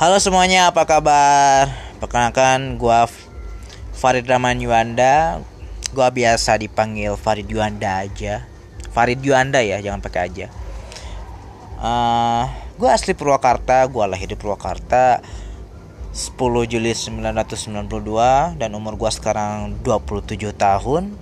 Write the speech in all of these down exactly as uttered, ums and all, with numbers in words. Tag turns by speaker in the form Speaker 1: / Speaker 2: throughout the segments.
Speaker 1: Halo semuanya, apa kabar? Perkenalkan, gua Farid Rahman Yuanda. Gua biasa dipanggil Farid Yuanda aja. Farid Yuanda ya, jangan pakai aja. Uh, gua asli Purwakarta, gua lahir di Purwakarta sepuluh Juli sembilan belas sembilan puluh dua dan umur gua sekarang dua puluh tujuh tahun.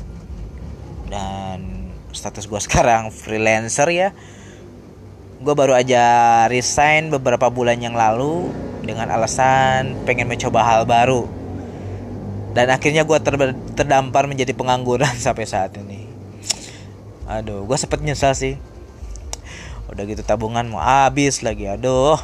Speaker 1: Dan status gua sekarang freelancer ya. Gue baru aja resign beberapa bulan yang lalu dengan alasan pengen mencoba hal baru. Dan akhirnya gue ter- terdampar menjadi pengangguran sampai saat ini. Aduh, gue sempet nyesal sih. Udah gitu tabungan mau habis lagi, aduh.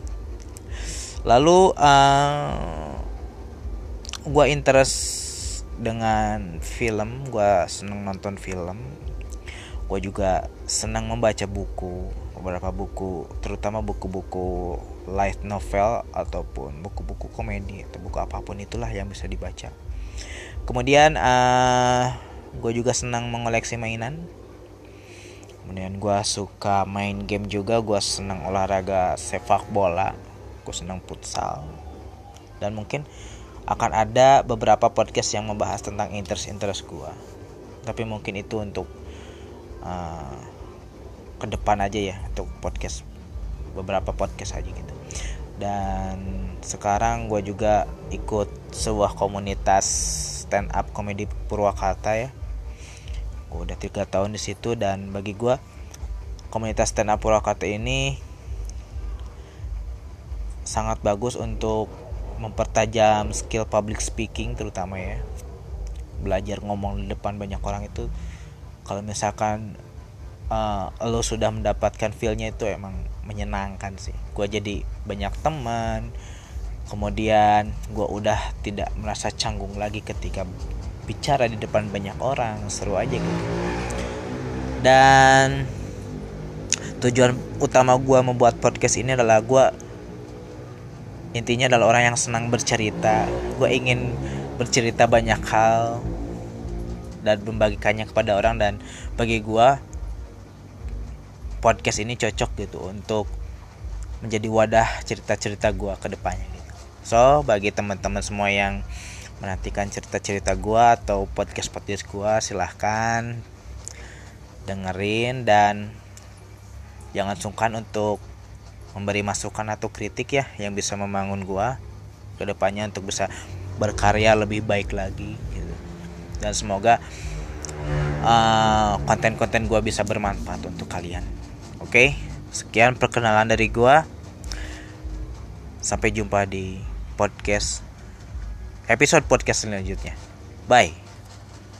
Speaker 1: Lalu uh, gue interest dengan film, gue seneng nonton film. Gue juga senang membaca buku, beberapa buku, terutama buku-buku light novel ataupun buku-buku komedi atau buku apapun itulah yang bisa dibaca. Kemudian uh, gue juga senang mengoleksi mainan. Kemudian gue suka main game juga, gue senang olahraga sepak bola, gue senang futsal. Dan mungkin akan ada beberapa podcast yang membahas tentang interest-interest gue. Tapi mungkin itu untuk uh, ke depan aja ya, untuk podcast, beberapa podcast aja gitu. Dan sekarang gue juga ikut sebuah komunitas stand up komedi Purwakarta ya. Gue udah tiga tahun di situ, dan bagi gue komunitas stand up Purwakarta ini sangat bagus untuk mempertajam skill public speaking terutama ya. Belajar ngomong di depan banyak orang itu, kalau misalkan Uh, lo sudah mendapatkan feel-nya, itu emang menyenangkan sih. Gue jadi banyak teman. Kemudian gue udah tidak merasa canggung lagi ketika bicara di depan banyak orang. Seru aja gitu. Dan tujuan utama gue membuat podcast ini adalah gue intinya adalah orang yang senang bercerita. Gue ingin bercerita banyak hal dan membagikannya kepada orang. Dan bagi gue podcast ini cocok gitu untuk menjadi wadah cerita-cerita gue ke depannya gitu. So, bagi teman-teman semua yang menantikan cerita-cerita gue atau podcast-podcast gue, silahkan dengerin dan jangan sungkan untuk memberi masukan atau kritik ya, yang bisa membangun gue ke depannya untuk bisa berkarya lebih baik lagi gitu. Dan semoga uh, konten-konten gue bisa bermanfaat untuk kalian. Oke, sekian perkenalan dari gua. Sampai jumpa di podcast episode podcast selanjutnya. Bye.